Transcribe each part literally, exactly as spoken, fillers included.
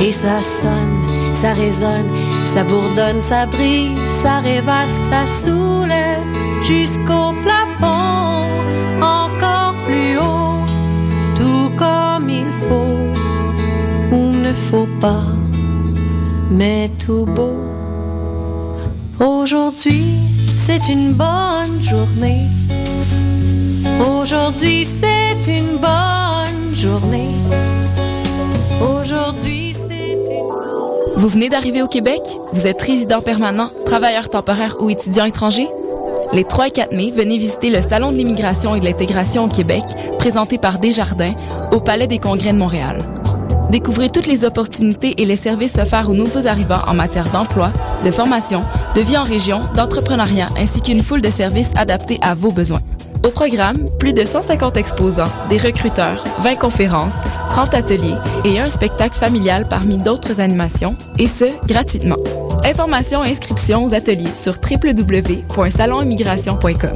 Et ça sonne, ça résonne, ça bourdonne, ça brille, ça rêvasse, ça soulève jusqu'au plafond, encore plus haut, tout comme il faut, ou ne faut pas, mais tout beau. Aujourd'hui, c'est une bonne journée. Aujourd'hui, c'est une bonne journée. Aujourd'hui, c'est une bonne... Vous venez d'arriver au Québec? Vous êtes résident permanent, travailleur temporaire ou étudiant étranger? Les trois et quatre mai, venez visiter le Salon de l'immigration et de l'intégration au Québec, présenté par Desjardins, au Palais des Congrès de Montréal. Découvrez toutes les opportunités et les services offerts aux nouveaux arrivants en matière d'emploi, de formation, de vie en région, d'entrepreneuriat, ainsi qu'une foule de services adaptés à vos besoins. Au programme, plus de cent cinquante exposants, des recruteurs, vingt conférences, trente ateliers et un spectacle familial parmi d'autres animations, et ce, gratuitement. Informations et inscriptions aux ateliers sur w w w point salon immigration point com.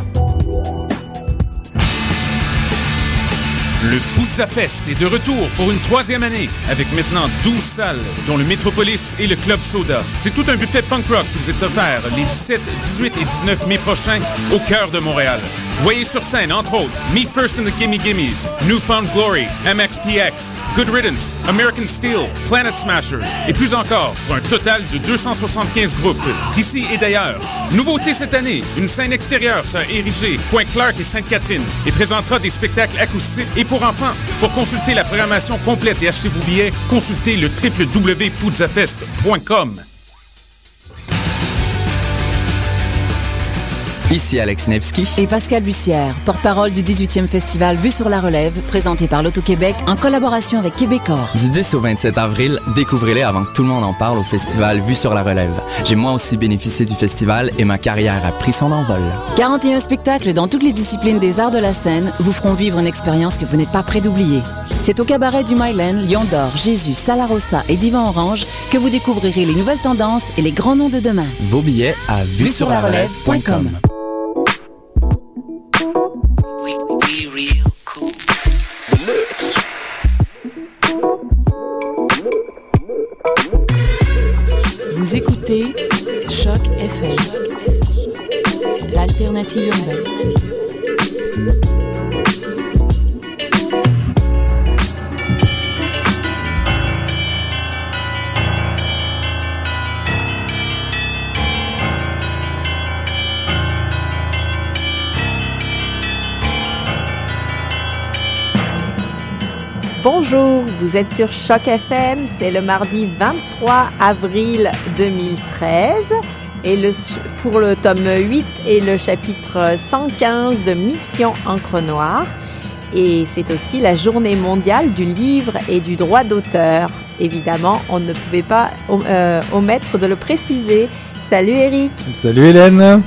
Le Pouzza Fest est de retour pour une troisième année, avec maintenant douze salles, dont le Métropolis et le Club Soda. C'est tout un buffet punk rock qui vous est offert les dix-sept, dix-huit et dix-neuf mai prochains au cœur de Montréal. Voyez sur scène, entre autres, Me First and the Gimme Gimmes, Newfound Glory, M X P X, Good Riddance, American Steel, Planet Smashers et plus encore, pour un total de deux cent soixante-quinze groupes, d'ici et d'ailleurs. Nouveauté cette année, une scène extérieure sera érigée, Pointe-Clark et Sainte-Catherine, et présentera des spectacles acoustiques et pour enfants. Pour consulter la programmation complète et acheter vos billets, consultez le w w w point pouzzafest point com. Ici Alex Nevsky et Pascal Bussière, porte-parole du dix-huitième festival Vue sur la Relève, présenté par l'Auto-Québec en collaboration avec Québecor. Du dix au vingt-sept avril, découvrez-les avant que tout le monde en parle au festival Vue sur la Relève. J'ai moi aussi bénéficié du festival et ma carrière a pris son envol. quarante et un spectacles dans toutes les disciplines des arts de la scène vous feront vivre une expérience que vous n'êtes pas prêt d'oublier. C'est au cabaret du Myland, Lion d'Or, Jésus, Salarossa et Divan Orange que vous découvrirez les nouvelles tendances et les grands noms de demain. Vos billets à vue sur la relève point com. Vous écoutez Choc F M, l'alternative urbaine. Bonjour, vous êtes sur Choc F M, c'est le mardi vingt-trois avril deux mille treize et le, pour le tome huit et le chapitre cent quinze de Mission Encre Noire. Et c'est aussi la journée mondiale du livre et du droit d'auteur. Évidemment, on ne pouvait pas euh, omettre de le préciser. Salut Eric. Salut Hélène.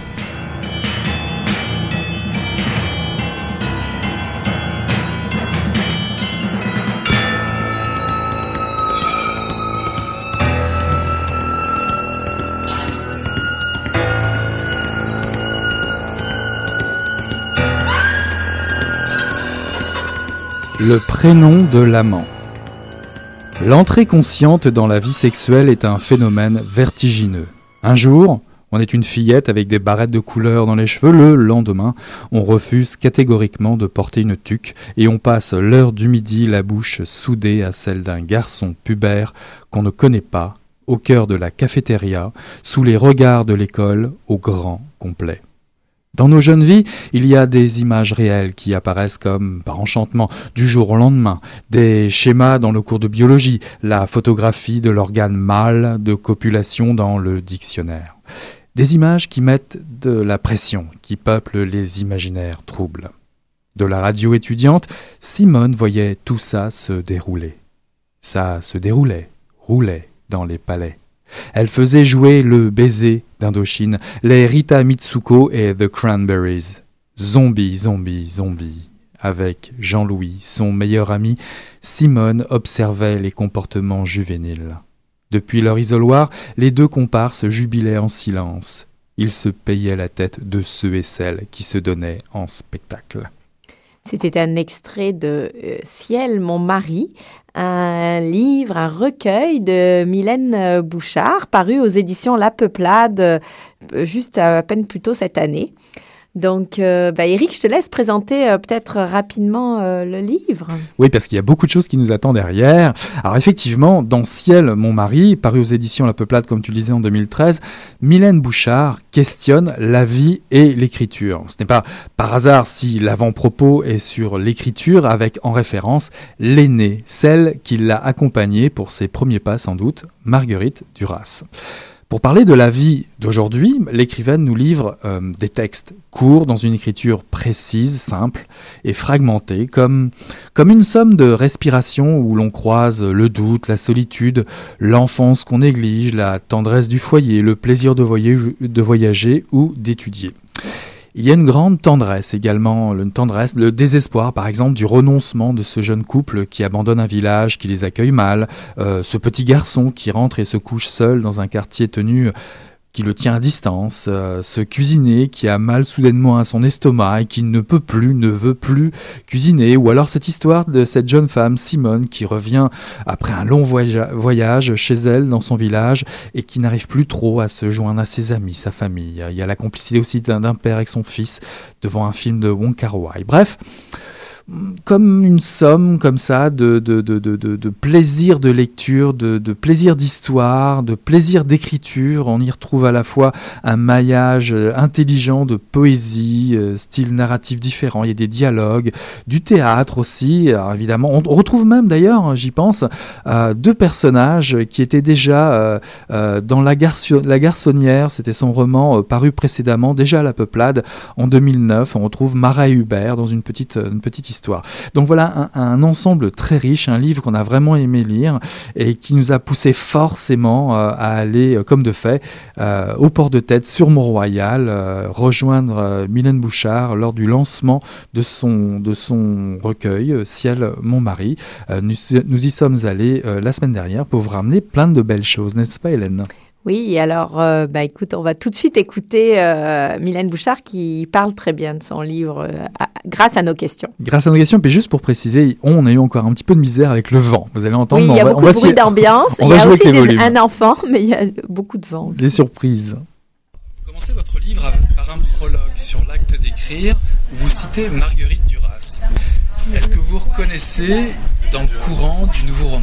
Le prénom de l'amant. L'entrée consciente dans la vie sexuelle est un phénomène vertigineux. Un jour, on est une fillette avec des barrettes de couleur dans les cheveux. Le lendemain, on refuse catégoriquement de porter une tuque et on passe l'heure du midi, la bouche soudée à celle d'un garçon pubère qu'on ne connaît pas, au cœur de la cafétéria, sous les regards de l'école, au grand complet. Dans nos jeunes vies, il y a des images réelles qui apparaissent comme par enchantement du jour au lendemain, des schémas dans le cours de biologie, la photographie de l'organe mâle de copulation dans le dictionnaire. Des images qui mettent de la pression, qui peuplent les imaginaires troubles. De la radio étudiante, Simone voyait tout ça se dérouler. Ça se déroulait, roulait dans les palais. Elle faisait jouer le baiser d'Indochine, les Rita Mitsuko et The Cranberries. Zombie, zombie, zombie. Avec Jean-Louis, son meilleur ami, Simone observait les comportements juvéniles. Depuis leur isoloir, les deux comparses jubilaient en silence. Ils se payaient la tête de ceux et celles qui se donnaient en spectacle. C'était un extrait de euh, Ciel, mon mari, un livre, un recueil de Mylène Bouchard, paru aux éditions La Peuplade, euh, juste à peine plus tôt cette année. Donc, euh, bah, Éric, je te laisse présenter euh, peut-être rapidement euh, le livre. Oui, parce qu'il y a beaucoup de choses qui nous attendent derrière. Alors effectivement, dans Ciel, mon mari, paru aux éditions La Peuplade, comme tu le disais en deux mille treize, Mylène Bouchard questionne la vie et l'écriture. Ce n'est pas par hasard si l'avant-propos est sur l'écriture, avec en référence l'aînée, celle qui l'a accompagnée pour ses premiers pas sans doute, Marguerite Duras. Pour parler de la vie d'aujourd'hui, l'écrivaine nous livre euh, des textes courts dans une écriture précise, simple et fragmentée, comme, comme une somme de respiration où l'on croise le doute, la solitude, l'enfance qu'on néglige, la tendresse du foyer, le plaisir de voyager, de voyager ou d'étudier. Il y a une grande tendresse également, une tendresse, le désespoir par exemple du renoncement de ce jeune couple qui abandonne un village, qui les accueille mal, euh, ce petit garçon qui rentre et se couche seul dans un quartier tenu qui le tient à distance, euh, ce cuisinier qui a mal soudainement à son estomac et qui ne peut plus, ne veut plus cuisiner, ou alors cette histoire de cette jeune femme, Simone, qui revient après un long voyage, voyage chez elle, dans son village, et qui n'arrive plus trop à se joindre à ses amis, sa famille. Il y a la complicité aussi d'un, d'un père avec son fils devant un film de Wong Kar-wai. Bref, comme une somme comme ça de, de, de, de, de, de plaisir de lecture, de, de plaisir d'histoire, de plaisir d'écriture. On y retrouve à la fois un maillage intelligent de poésie, euh, style narratif différent. Il y a des dialogues, du théâtre aussi. Alors évidemment, on, on retrouve même d'ailleurs, j'y pense, euh, deux personnages qui étaient déjà euh, euh, dans La, Garçon- La Garçonnière. C'était son roman euh, paru précédemment, déjà à La Peuplade, en deux mille neuf. On retrouve Mara et Hubert dans une petite, une petite histoire. Donc voilà un, un ensemble très riche, un livre qu'on a vraiment aimé lire et qui nous a poussé forcément euh, à aller, euh, comme de fait, euh, au port de tête sur Mont-Royal, euh, rejoindre euh, Mylène Bouchard lors du lancement de son, de son recueil euh, Ciel, mon mari. Euh, nous, nous y sommes allés euh, la semaine dernière pour vous ramener plein de belles choses, n'est-ce pas Hélène ? Oui, alors, euh, bah, écoute, on va tout de suite écouter euh, Mylène Bouchard qui parle très bien de son livre euh, à, grâce à nos questions. Grâce à nos questions, puis juste pour préciser, on a eu encore un petit peu de misère avec le vent. Vous allez entendre. Oui, il y a va, beaucoup de bruit d'ambiance. Il y a aussi des, un enfant, mais il y a beaucoup de vent. Des surprises. Vous commencez votre livre par un prologue sur l'acte d'écrire où vous citez Marguerite Duras. Est-ce que vous reconnaissez dans le courant du nouveau roman ?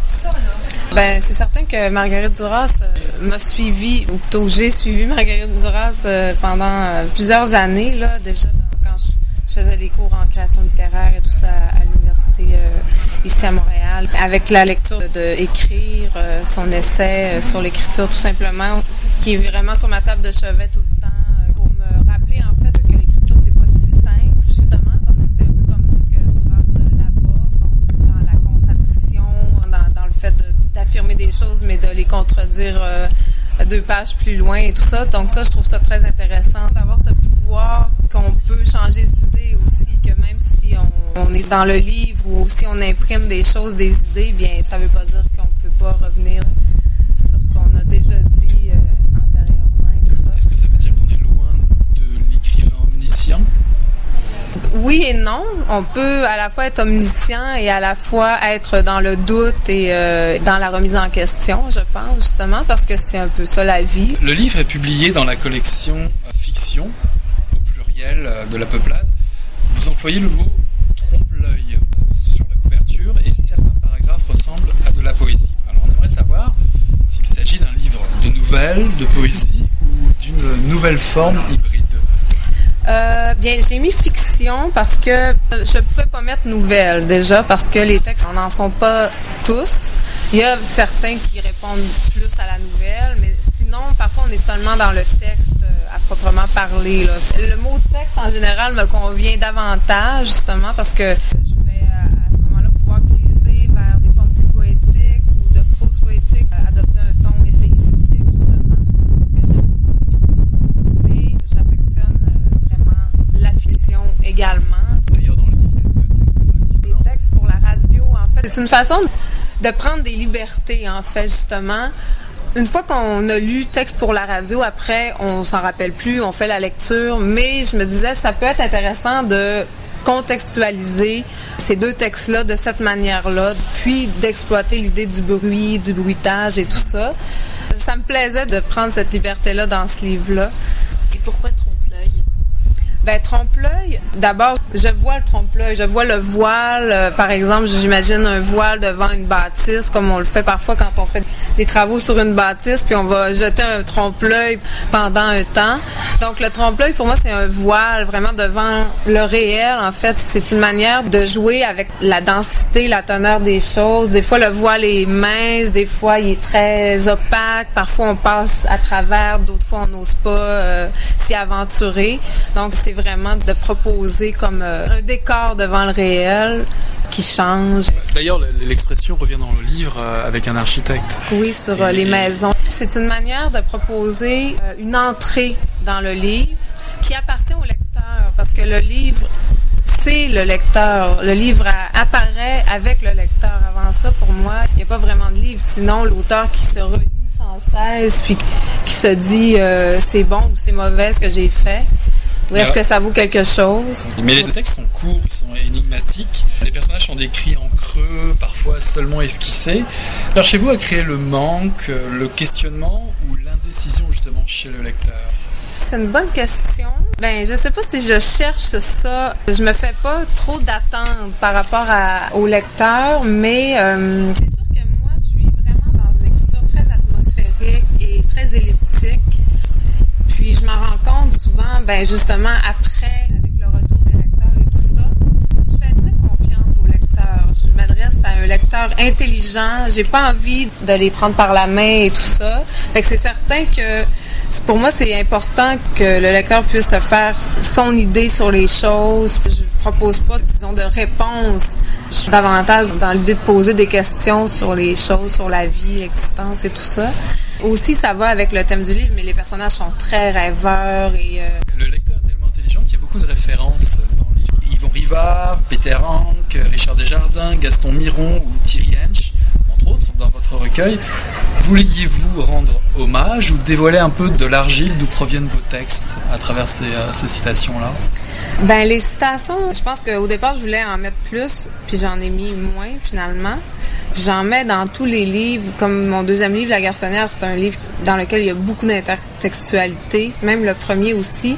Ben, c'est certain que Marguerite Duras euh, m'a suivi, ou plutôt j'ai suivi Marguerite Duras euh, pendant euh, plusieurs années, là, déjà dans, quand je, je faisais les cours en création littéraire et tout ça à, à l'université euh, ici à Montréal, avec la lecture de écrire euh, son essai euh, sur l'écriture tout simplement, qui est vraiment sur ma table de chevet tout le temps, euh, pour me rappeler en fait que l'écriture c'est pas si simple justement, parce que c'est un peu comme ça que Duras euh, l'aborde, donc dans la contradiction, dans, dans le fait de d'affirmer des choses, mais de les contredire euh, deux pages plus loin et tout ça. Donc ça, je trouve ça très intéressant d'avoir ce pouvoir qu'on peut changer d'idée aussi, que même si on, on est dans le livre ou si on imprime des choses, des idées, bien, ça veut pas dire qu'on peut pas revenir sur ce qu'on a déjà dit euh, antérieurement et tout ça. Est-ce que ça veut dire qu'on est loin de l'écrivain omniscient ? Oui et non. On peut à la fois être omniscient et à la fois être dans le doute et euh, dans la remise en question, je pense, justement, parce que c'est un peu ça la vie. Le livre est publié dans la collection Fiction, au pluriel, de La Peuplade. Vous employez le mot trompe-l'œil sur la couverture et certains paragraphes ressemblent à de la poésie. Alors on aimerait savoir s'il s'agit d'un livre de nouvelles, de poésie ou d'une nouvelle forme hybride. Euh, bien, j'ai mis fiction parce que je pouvais pas mettre nouvelle déjà parce que les textes n'en sont pas tous. Il y a certains qui répondent plus à la nouvelle, mais sinon, parfois, on est seulement dans le texte à proprement parler, là. Le mot texte, en général, me convient davantage, justement, parce que je vais, à ce moment-là, pouvoir glisser vers des formes plus poétiques ou de prose poétique, adopter un ton essayistique, justement, ce que j'aime. Mais j'affectionne la fiction également. D'ailleurs, dans le livre, il y a deux textes de radio. Des textes pour la radio, en fait. C'est une façon de prendre des libertés, en fait, justement. Une fois qu'on a lu texte pour la radio, après, on s'en rappelle plus, on fait la lecture, mais je me disais, ça peut être intéressant de contextualiser ces deux textes-là de cette manière-là, puis d'exploiter l'idée du bruit, du bruitage et tout ça. Ça me plaisait de prendre cette liberté-là dans ce livre-là. Et pourquoi trompe-l'œil? Ben, trompe-l'œil, d'abord, je vois le trompe-l'œil, je vois le voile, euh, par exemple, j'imagine un voile devant une bâtisse, comme on le fait parfois quand on fait des travaux sur une bâtisse, puis on va jeter un trompe-l'œil pendant un temps. Donc, le trompe-l'œil, pour moi, c'est un voile vraiment devant le réel, en fait. C'est une manière de jouer avec la densité, la teneur des choses. Des fois, le voile est mince, des fois, il est très opaque, parfois, on passe à travers, d'autres fois, on n'ose pas euh, s'y aventurer. Donc, c'est vraiment de proposer comme euh, un décor devant le réel qui change. D'ailleurs, l'expression revient dans le livre euh, avec un architecte. Oui, sur euh, les maisons. C'est une manière de proposer euh, une entrée dans le livre qui appartient au lecteur, parce que le livre, c'est le lecteur. Le livre a, apparaît avec le lecteur. Avant ça, pour moi, il n'y a pas vraiment de livre, sinon l'auteur qui se relie sans cesse, puis qui se dit euh, c'est bon ou c'est mauvais ce que j'ai fait. Ou est-ce que ça vaut quelque chose? Mais les textes sont courts, ils sont énigmatiques. Les personnages sont décrits en creux, parfois seulement esquissés. Cherchez-vous à créer le manque, le questionnement ou l'indécision justement chez le lecteur? C'est une bonne question. Ben, je sais pas si je cherche ça. Je me fais pas trop d'attentes par rapport à, au lecteur, mais euh, c'est sûr que moi, je suis vraiment dans une écriture très atmosphérique et très elliptique. Puis je m'en rends compte souvent, ben justement, après, avec le retour des lecteurs et tout ça, je fais très confiance aux lecteurs. Je m'adresse à un lecteur intelligent. J'ai pas envie de les prendre par la main et tout ça. Fait que c'est certain que pour moi, c'est important que le lecteur puisse se faire son idée sur les choses. Je propose pas, disons, de réponse. Je suis davantage dans l'idée de poser des questions sur les choses, sur la vie, l'existence et tout ça. Aussi, ça va avec le thème du livre, mais les personnages sont très rêveurs et... Euh... Le lecteur est tellement intelligent qu'il y a beaucoup de références dans le livre. Yvon Rivard, Peter Hank, Richard Desjardins, Gaston Miron ou Thierry Hench, entre autres, sont dans votre recueil. Vouliez-vous rendre hommage ou dévoiler un peu de l'argile d'où proviennent vos textes à travers ces, euh, ces citations-là? Ben, les citations, je pense qu'au départ, je voulais en mettre plus, puis j'en ai mis moins, finalement. Puis j'en mets dans tous les livres, comme mon deuxième livre, La Garçonnière, c'est un livre dans lequel il y a beaucoup d'intertextualité, même le premier aussi.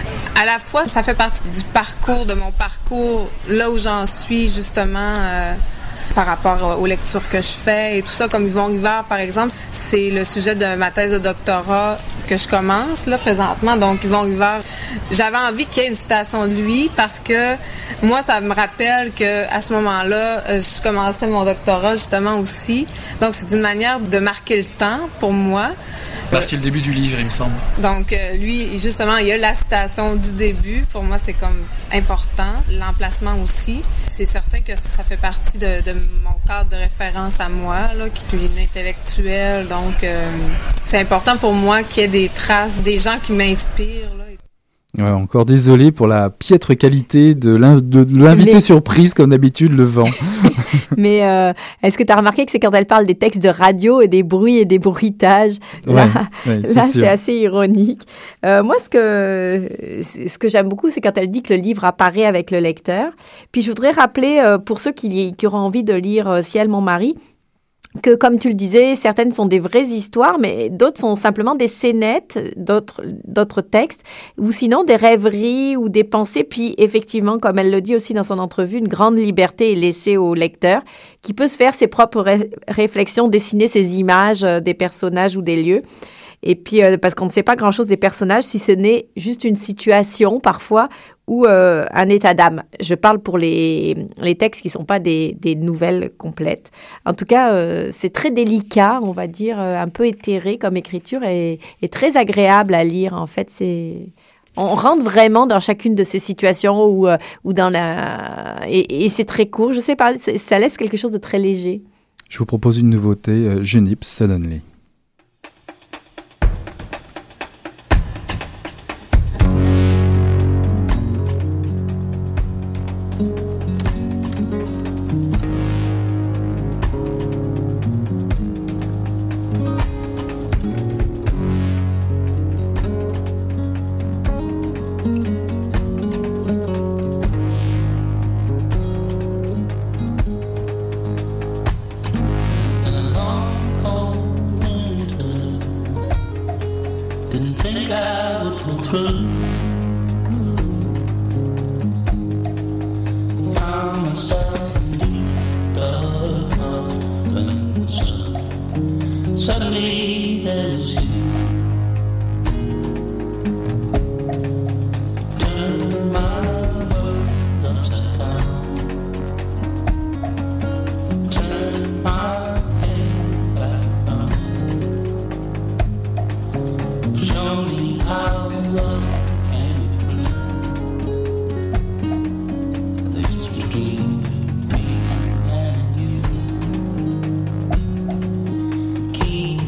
À la fois, ça fait partie du parcours, de mon parcours, là où j'en suis, justement... Euh, par rapport aux lectures que je fais et tout ça, comme Yvon Rivard, par exemple, c'est le sujet de ma thèse de doctorat que je commence, là, présentement. Donc, Yvon Rivard, j'avais envie qu'il y ait une citation de lui parce que moi, ça me rappelle que à ce moment-là, je commençais mon doctorat, justement, aussi. Donc, c'est une manière de marquer le temps pour moi. Marquer le début du livre, il me semble. Donc, euh, lui, justement, il y a la citation du début. Pour moi, c'est comme important. L'emplacement aussi. C'est certain que ça fait partie de, de mon cadre de référence à moi, là, qui est une intellectuelle. Donc, euh, c'est important pour moi qu'il y ait des traces, des gens qui m'inspirent, là. Ouais, encore désolé pour la piètre qualité de, l'in- de, de l'invité Mais... surprise, comme d'habitude, le vent. Mais euh, est-ce que tu as remarqué que c'est quand elle parle des textes de radio et des bruits et des bruitages, là, ouais, ouais, c'est, là c'est assez ironique. Euh, moi, ce que, ce que j'aime beaucoup, c'est quand elle dit que le livre apparaît avec le lecteur. Puis je voudrais rappeler, euh, pour ceux qui, qui auront envie de lire euh, Ciel, mon mari, que, comme tu le disais, certaines sont des vraies histoires, mais d'autres sont simplement des scénettes, d'autres, d'autres textes, ou sinon des rêveries ou des pensées. Puis, effectivement, comme elle le dit aussi dans son entrevue, une grande liberté est laissée au lecteur qui peut se faire ses propres ré- réflexions, dessiner ses images euh, des personnages ou des lieux. Et puis, euh, parce qu'on ne sait pas grand-chose des personnages, si ce n'est juste une situation, parfois, ou euh, un état d'âme. Je parle pour les, les textes qui ne sont pas des, des nouvelles complètes. En tout cas, euh, c'est très délicat, on va dire, euh, un peu éthéré comme écriture et, et très agréable à lire. En fait, c'est... On rentre vraiment dans chacune de ces situations ou, euh, ou dans la... Et, et c'est très court, je sais pas, ça laisse quelque chose de très léger. Je vous propose une nouveauté, euh, Junips Suddenly.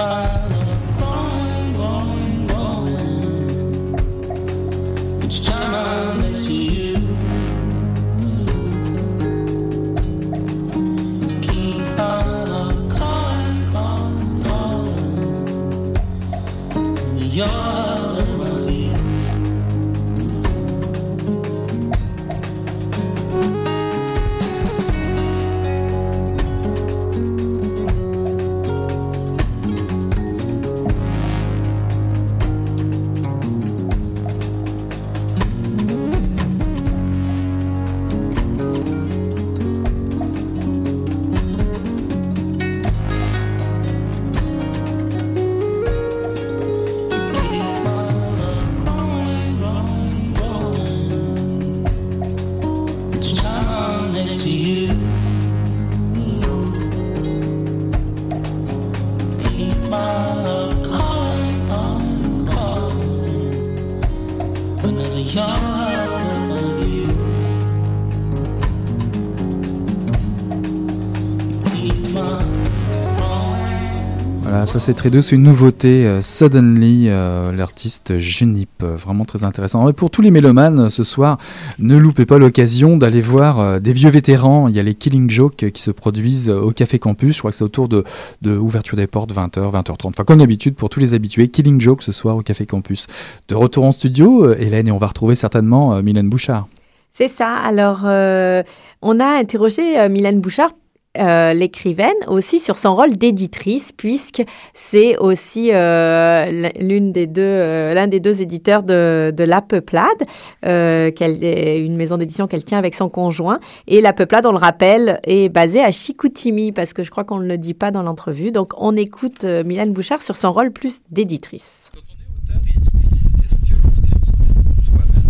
Voilà, ça c'est très doux, c'est une nouveauté, euh, Suddenly, euh, l'artiste Junip, euh, vraiment très intéressant. Et pour tous les mélomanes, ce soir, ne loupez pas l'occasion d'aller voir euh, des vieux vétérans. Il y a les Killing Joke qui se produisent au Café Campus, je crois que c'est autour de, de ouverture des portes, vingt heures, vingt heures trente. Enfin, comme d'habitude, pour tous les habitués, Killing Joke ce soir au Café Campus. De retour en studio, euh, Hélène, et on va retrouver certainement euh, Mylène Bouchard. C'est ça, alors euh, on a interrogé euh, Mylène Bouchard, Euh, l'écrivaine, aussi sur son rôle d'éditrice, puisque c'est aussi euh, l'une des deux, euh, l'un des deux éditeurs de, de La Peuplade, euh, qu'elle est une maison d'édition qu'elle tient avec son conjoint. Et La Peuplade, on le rappelle, est basée à Chicoutimi, parce que je crois qu'on ne le dit pas dans l'entrevue. Donc, on écoute euh, Mylène Bouchard sur son rôle plus d'éditrice. Quand on est auteur et éditrice, est-ce que l'on s'édite soi-même?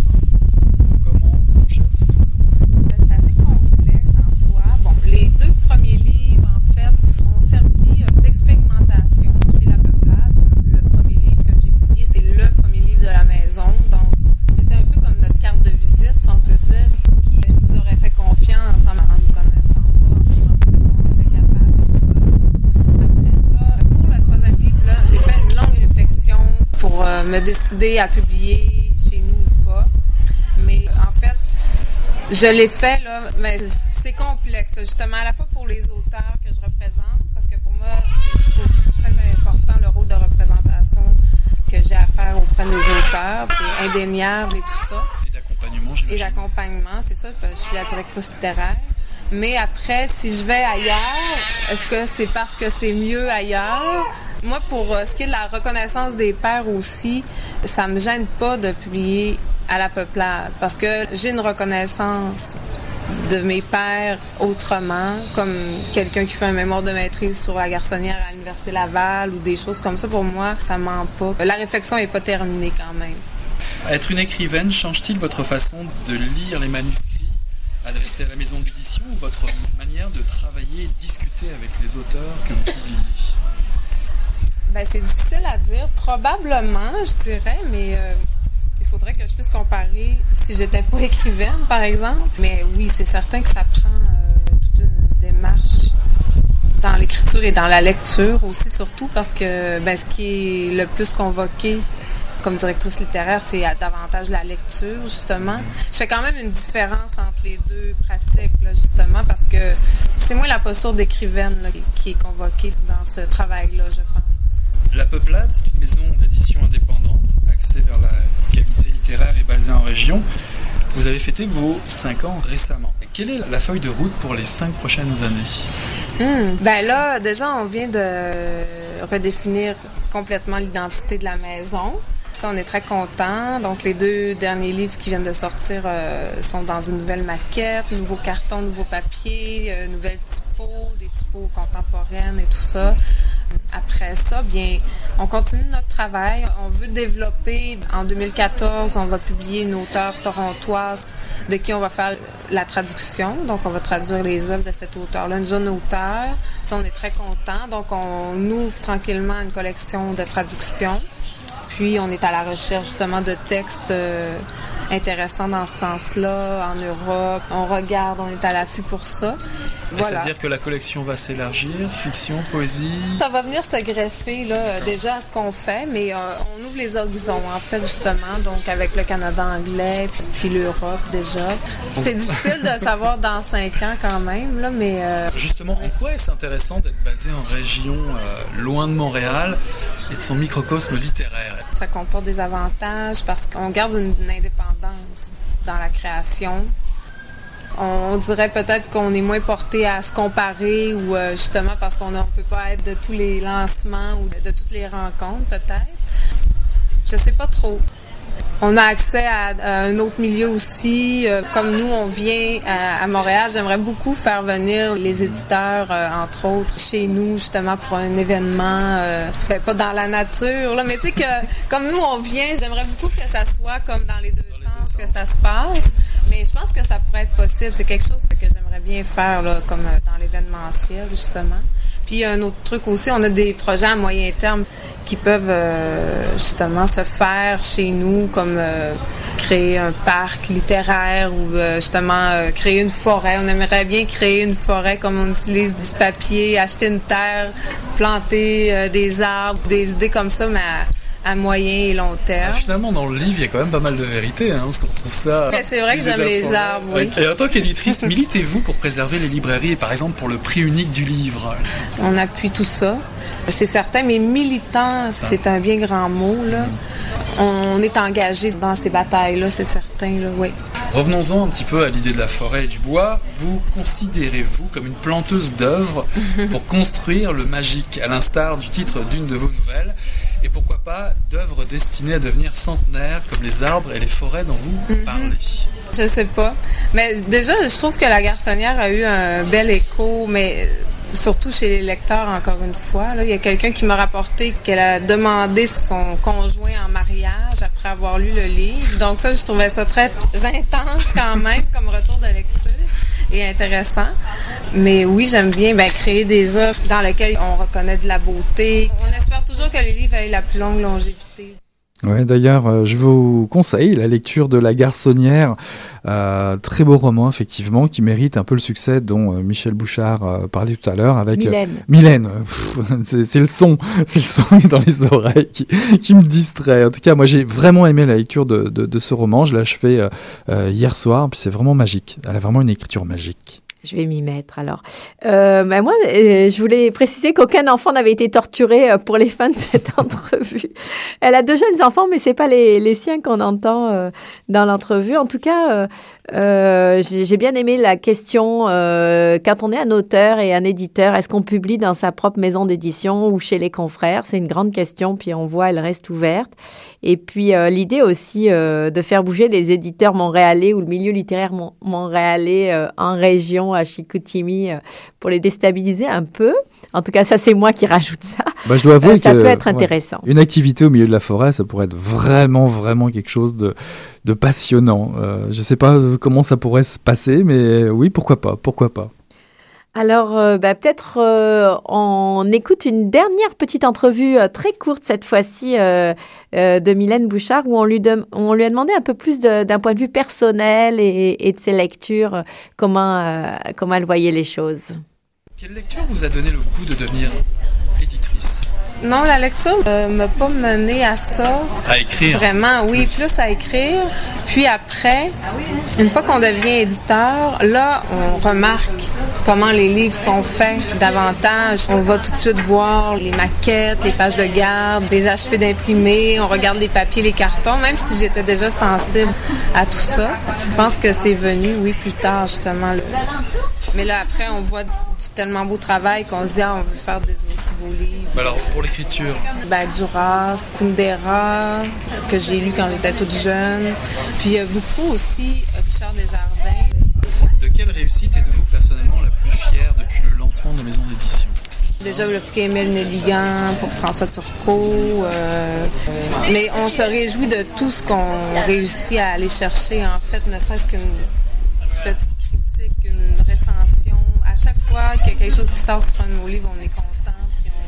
Comment on gère ce double rôle? C'est assez complexe en soi. Bon, les deux premiers livres, en fait, ont servi d'expérimentation chez La Peuplade. Le premier livre que j'ai publié, c'est le premier livre de la maison. Donc, c'était un peu comme notre carte de visite, si on peut dire, qui nous aurait fait confiance en nous connaissant pas, en sachant pas de quoi on était capable et tout ça. Après ça, pour le troisième livre, là, j'ai fait une longue réflexion pour euh, me décider à publier chez nous ou pas. Mais en fait, je l'ai fait, là, mais c'est complexe, justement, à la fois pour les auteurs que je représente, parce que pour moi, je trouve très important le rôle de représentation que j'ai à faire auprès des auteurs, c'est indéniable et tout ça. Et d'accompagnement, j'imagine. Et d'accompagnement, c'est ça, je suis la directrice littéraire. Mais après, si je vais ailleurs, est-ce que c'est parce que c'est mieux ailleurs? Moi, pour ce qui est de la reconnaissance des pairs aussi, ça me gêne pas de publier à La Peuplade, parce que j'ai une reconnaissance de mes pairs autrement, comme quelqu'un qui fait un mémoire de maîtrise sur la garçonnière à l'Université Laval ou des choses comme ça. Pour moi, ça ment pas. La réflexion n'est pas terminée quand même. Être une écrivaine change-t-il votre façon de lire les manuscrits adressés à la maison d'édition ou votre manière de travailler et discuter avec les auteurs que vous publiez? Ben, c'est difficile à dire. Probablement, je dirais, mais... Euh, il faudrait que je puisse comparer si j'étais pas écrivaine, par exemple. Mais oui, c'est certain que ça prend euh, toute une démarche dans l'écriture et dans la lecture aussi, surtout parce que ben, ce qui est le plus convoqué comme directrice littéraire, c'est davantage la lecture, justement. Je fais quand même une différence entre les deux pratiques, là, justement, parce que c'est moins la posture d'écrivaine là, qui est convoquée dans ce travail-là, je pense. La Peuplade, c'est une maison d'édition indépendante, axée vers la qualité littéraire et basée en région. Vous avez fêté vos cinq ans récemment. Quelle est la feuille de route pour les cinq prochaines années? Mmh. Ben là, déjà, on vient de redéfinir complètement l'identité de la maison. Ça, on est très contents. Donc, les deux derniers livres qui viennent de sortir euh, sont dans une nouvelle maquette, nouveaux cartons, nouveaux papiers, euh, nouvelles typos, des typos contemporaines et tout ça. Après ça, bien, on continue notre travail. On veut développer. En deux mille quatorze, on va publier une auteure torontoise de qui on va faire la traduction. Donc, on va traduire les œuvres de cette auteure-là, une jeune auteure. Ça, on est très contents. Donc, on ouvre tranquillement une collection de traduction. Puis, on est à la recherche justement de textes euh, intéressants dans ce sens-là, en Europe. On regarde, on est à l'affût pour ça. Voilà. C'est-à-dire que la collection va s'élargir, fiction, poésie... Ça va venir se greffer là, déjà à ce qu'on fait, mais euh, on ouvre les horizons, en fait, justement, donc avec le Canada anglais, puis, puis l'Europe, déjà. C'est difficile de savoir dans cinq ans, quand même, là, mais... Euh... Justement, en quoi est-ce intéressant d'être basé en région euh, loin de Montréal et de son microcosme littéraire? Ça comporte des avantages parce qu'on garde une, une indépendance dans la création. On dirait peut-être qu'on est moins porté à se comparer ou euh, justement parce qu'on ne peut pas être de tous les lancements ou de, de toutes les rencontres, peut-être. Je sais pas trop. On a accès à, à un autre milieu aussi. Euh, comme nous, on vient à, à Montréal, j'aimerais beaucoup faire venir les éditeurs, euh, entre autres, chez nous, justement, pour un événement, euh, ben, pas dans la nature, là, mais tu sais que comme nous, on vient, j'aimerais beaucoup que ça soit comme dans les deux dans sens, les deux que sens. Ça se passe. Mais je pense que ça pourrait être possible. C'est quelque chose que j'aimerais bien faire, là, comme dans l'événementiel, justement. Puis un autre truc aussi, on a des projets à moyen terme qui peuvent euh, justement se faire chez nous, comme euh, créer un parc littéraire ou euh, justement euh, créer une forêt. On aimerait bien créer une forêt comme on utilise du papier, acheter une terre, planter euh, des arbres, des idées comme ça, mais à, à moyen et long terme. Ah, finalement, dans le livre, il y a quand même pas mal de vérité, hein, parce qu'on retrouve ça... Mais c'est vrai que j'aime les arbres, oui. Et en tant qu'éditrice, militez-vous pour préserver les librairies et par exemple pour le prix unique du livre? On appuie tout ça. C'est certain, mais militant, c'est un bien grand mot, là. On est engagé dans ces batailles-là, c'est certain, là, oui. Revenons-en un petit peu à l'idée de la forêt et du bois. Vous considérez-vous comme une planteuse d'œuvres pour construire le magique, à l'instar du titre d'une de vos nouvelles? Et pourquoi pas d'œuvres destinées à devenir centenaires, comme les arbres et les forêts dont vous mm-hmm. parlez? Je sais pas. Mais déjà, je trouve que La Garçonnière a eu un bel écho, mais surtout chez les lecteurs, encore une fois. Là, il y a quelqu'un qui m'a rapporté qu'elle a demandé son conjoint en mariage après avoir lu le livre. Donc ça, je trouvais ça très intense quand même, comme retour de lecture. Et intéressant. Mais oui, j'aime bien ben, créer des œuvres dans lesquelles on reconnaît de la beauté. On espère toujours que les livres aient la plus longue longévité. Ouais, d'ailleurs, euh, je vous conseille la lecture de La Garçonnière, euh, très beau roman effectivement, qui mérite un peu le succès dont euh, Michel Bouchard euh, parlait tout à l'heure avec Mylène. Euh, Mylène, Pff, c'est, c'est le son, c'est le son dans les oreilles qui, qui me distrait. En tout cas, moi j'ai vraiment aimé la lecture de, de, de ce roman. Je l'ai achevé euh, euh, hier soir, puis c'est vraiment magique. Elle a vraiment une écriture magique. Je vais m'y mettre alors. Euh, ben moi, euh, je voulais préciser qu'aucun enfant n'avait été torturé euh, pour les fins de cette entrevue. Elle a deux jeunes enfants, mais c'est pas les, les siens qu'on entend euh, dans l'entrevue. En tout cas, euh, euh, j'ai, j'ai bien aimé la question euh, quand on est un auteur et un éditeur, est-ce qu'on publie dans sa propre maison d'édition ou chez les confrères? C'est une grande question, puis on voit, elle reste ouverte. Et puis euh, l'idée aussi euh, de faire bouger les éditeurs montréalais ou le milieu littéraire mon- montréalais euh, en région à Chicoutimi euh, pour les déstabiliser un peu. En tout cas, ça, c'est moi qui rajoute ça. Bah, je dois avouer euh, ça que, peut être ouais, intéressant. une activité au milieu de la forêt, ça pourrait être vraiment, vraiment quelque chose de, de passionnant. Euh, je ne sais pas comment ça pourrait se passer, mais oui, pourquoi pas, pourquoi pas. Alors, euh, bah, peut-être euh, on écoute une dernière petite entrevue euh, très courte cette fois-ci euh, euh, de Mylène Bouchard où on lui, de, on lui a demandé un peu plus de, d'un point de vue personnel et, et de ses lectures, euh, comment, euh, comment elle voyait les choses. Quelle lecture vous a donné le goût de devenir éditrice? Non, la lecture ne m'a pas mené à ça. À écrire? Vraiment, oui, plus, plus à écrire. Puis après, une fois qu'on devient éditeur, là, on remarque comment les livres sont faits davantage. On va tout de suite voir les maquettes, les pages de garde, les achevés d'imprimer, on regarde les papiers, les cartons, même si j'étais déjà sensible à tout ça. Je pense que c'est venu, oui, plus tard, justement. Là. Mais là, après, on voit du tellement beau travail qu'on se dit, ah, on veut faire des aussi beaux livres. Alors, pour l'écriture? Ben, Duras, Kundera, que j'ai lu quand j'étais toute jeune. Puis il y a beaucoup aussi Richard Desjardins. De quelle réussite êtes-vous personnellement la plus fière depuis le lancement de Maison d'édition? Déjà le prix Émile Nelligan pour François Turcot. Euh, mais on se réjouit de tout ce qu'on réussit à aller chercher. En fait, ne serait-ce qu'une petite critique, une recension. À chaque fois qu'il y a quelque chose qui sort sur un de nos livres, on est content. Puis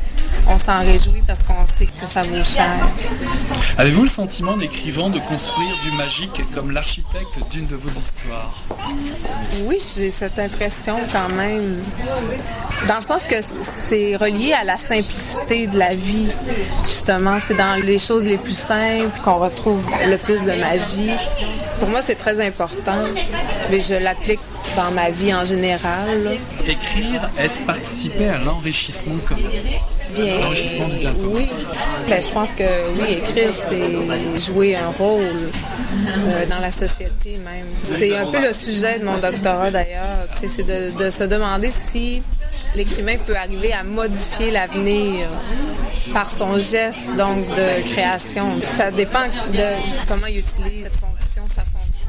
on s'en réjouit parce qu'on sait que ça vaut cher. Avez-vous le sentiment d'écrivain de construire du magique comme l'architecte d'une de vos histoires? Oui, j'ai cette impression quand même, dans le sens que c'est relié à la simplicité de la vie, justement. C'est dans les choses les plus simples qu'on retrouve le plus de magie. Pour moi, c'est très important, mais je l'applique dans ma vie en général. Écrire, est-ce participer à l'enrichissement commun? Bien, l'enrichissement du bien commun. Oui. Ben, je pense que oui, écrire, c'est jouer un rôle euh, dans la société même. C'est un peu le sujet de mon doctorat d'ailleurs. Tu sais, c'est de, de se demander si l'écrivain peut arriver à modifier l'avenir par son geste donc de création. Ça dépend de comment il utilise cette fonction, sa fonction.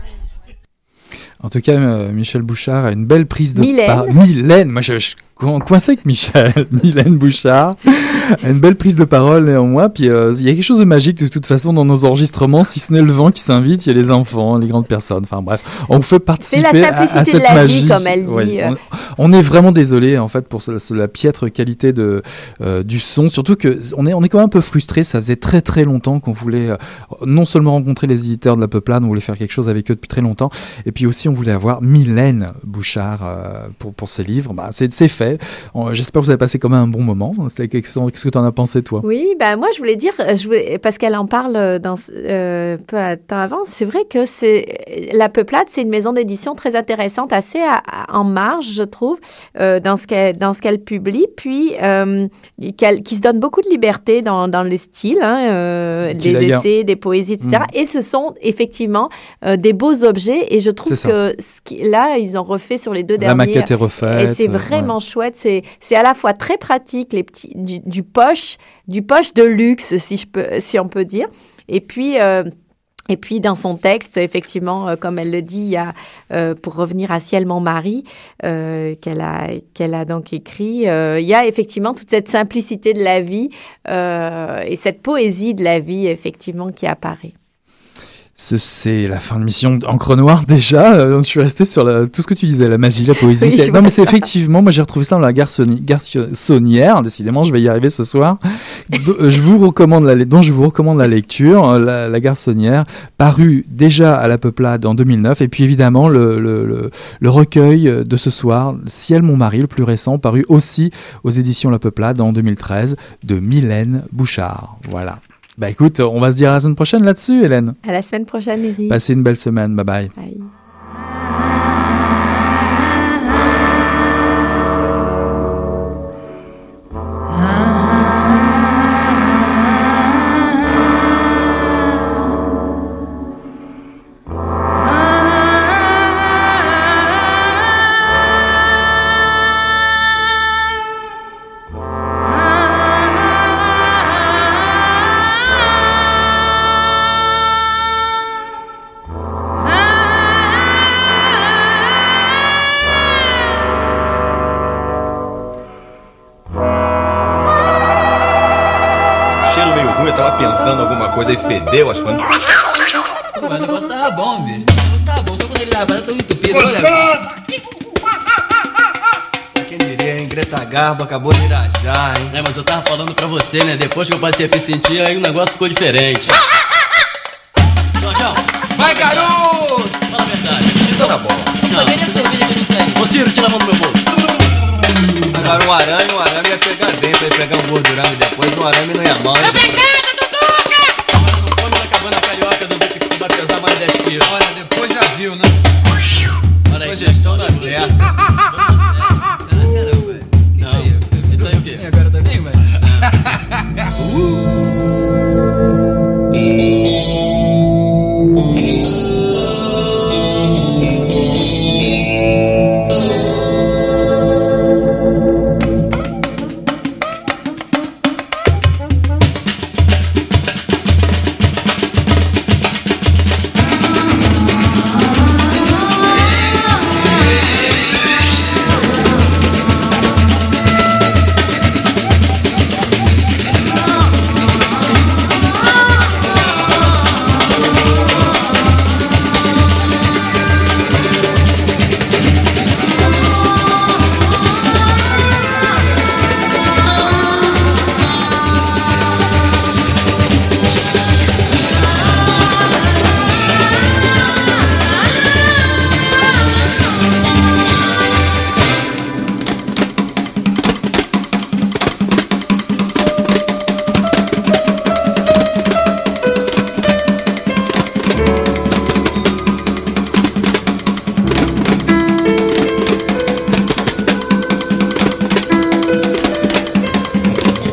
En tout cas, euh, Michel Bouchard a une belle prise de Mylène. parole. Mylène, moi je, je co- coincé avec Michel. Mylène Bouchard a une belle prise de parole néanmoins. Puis euh, il y a quelque chose de magique de toute façon dans nos enregistrements, si ce n'est le vent qui s'invite, il y a les enfants, les grandes personnes. Enfin bref, on vous fait participer C'est la à, à simplicité cette de la magie. vie, comme elle dit. Ouais, on, on est vraiment désolé en fait pour ce, ce- la piètre qualité de euh, du son. Surtout que on est on est quand même un peu frustré. Ça faisait très très longtemps qu'on voulait euh, non seulement rencontrer les éditeurs de la Peuplade, on voulait faire quelque chose avec eux depuis très longtemps. Et puis aussi on voulait avoir Mylène Bouchard euh, pour pour ses livres. Bah c'est c'est fait. On- j'espère que vous avez passé quand même un bon moment. C'était quelque chose- Qu'est-ce que tu en as pensé toi? Oui, ben moi je voulais dire, je voulais, parce qu'elle en parle dans, euh, peu à temps avant, c'est vrai que c'est la Peuplade, c'est une maison d'édition très intéressante, assez à, à- en marge, je trouve, euh, dans ce qu'elle dans ce qu'elle publie, puis euh, qu'elle, qui se donne beaucoup de liberté dans, dans les styles, hein, euh, Qui des d'ailleurs- essais, des poésies, et cetera. Mm. Et ce sont effectivement euh, des beaux objets, et je trouve C'est ça. que ce qui, là, ils ont refait sur les deux La derniers. maquette est refaite. Et c'est euh, vraiment ouais. chouette. C'est, c'est à la fois très pratique, les petits, du, du poche, du poche de luxe, si je peux, si on peut dire. Et puis, euh, et puis dans son texte, effectivement, euh, comme elle le dit, il y a, euh, pour revenir à Ciel mon mari, euh, qu'elle a, qu'elle a donc écrit, euh, il y a effectivement toute cette simplicité de la vie euh, et cette poésie de la vie, effectivement, qui apparaît. Ce- C'est la fin de mission Encre Noire déjà. Euh, je suis resté sur la- tout ce que tu disais, la magie, la poésie. Oui, C'est- je non, mais vois c'est ça. effectivement, moi j'ai retrouvé ça dans la garçonni- garçonnière. Décidément, je vais y arriver ce soir. Do- euh, je vous recommande la, dont je vous recommande la lecture, euh, la, la garçonnière, parue déjà à la Peuplade en deux mille neuf. Et puis évidemment, le, le, le, le recueil de ce soir, Ciel mon mari, le plus récent, paru aussi aux éditions La Peuplade en deux mille treize, de Mylène Bouchard. Voilà. Bah écoute, on va se dire à la semaine prochaine là-dessus, Hélène. À la semaine prochaine, Eric. Passez une belle semaine. Bye bye. Bye. Cheiro meio ruim, eu tava pensando alguma coisa e fedeu as coisas. Pô, mas o negócio tava bom, bicho. O negócio tava bom, só quando ele tava tão entupido. Olha, Quem diria, hein? Greta Garbo acabou de irajar, hein? é, mas eu tava falando pra você, né? Depois que eu passei a me sentir, aí o negócio ficou diferente. Jorjão, Vai, garoto! fala a verdade. Isso tá bom. Não, nem a cerveja que eu não sei. Ô Ciro, tira a mão do meu bolso. Agora um arame, um arame ia pegar dentro, ia pegar um gordurão e depois um arame não ia mal. hein, gente? Não come na cabana carioca, Dudu, que tu vai pesar mais dez quilos. Olha, depois já viu, né? Olha aí, Depois gestão dá certo. Não, não, não, velho. Não, isso aí é o quê? Agora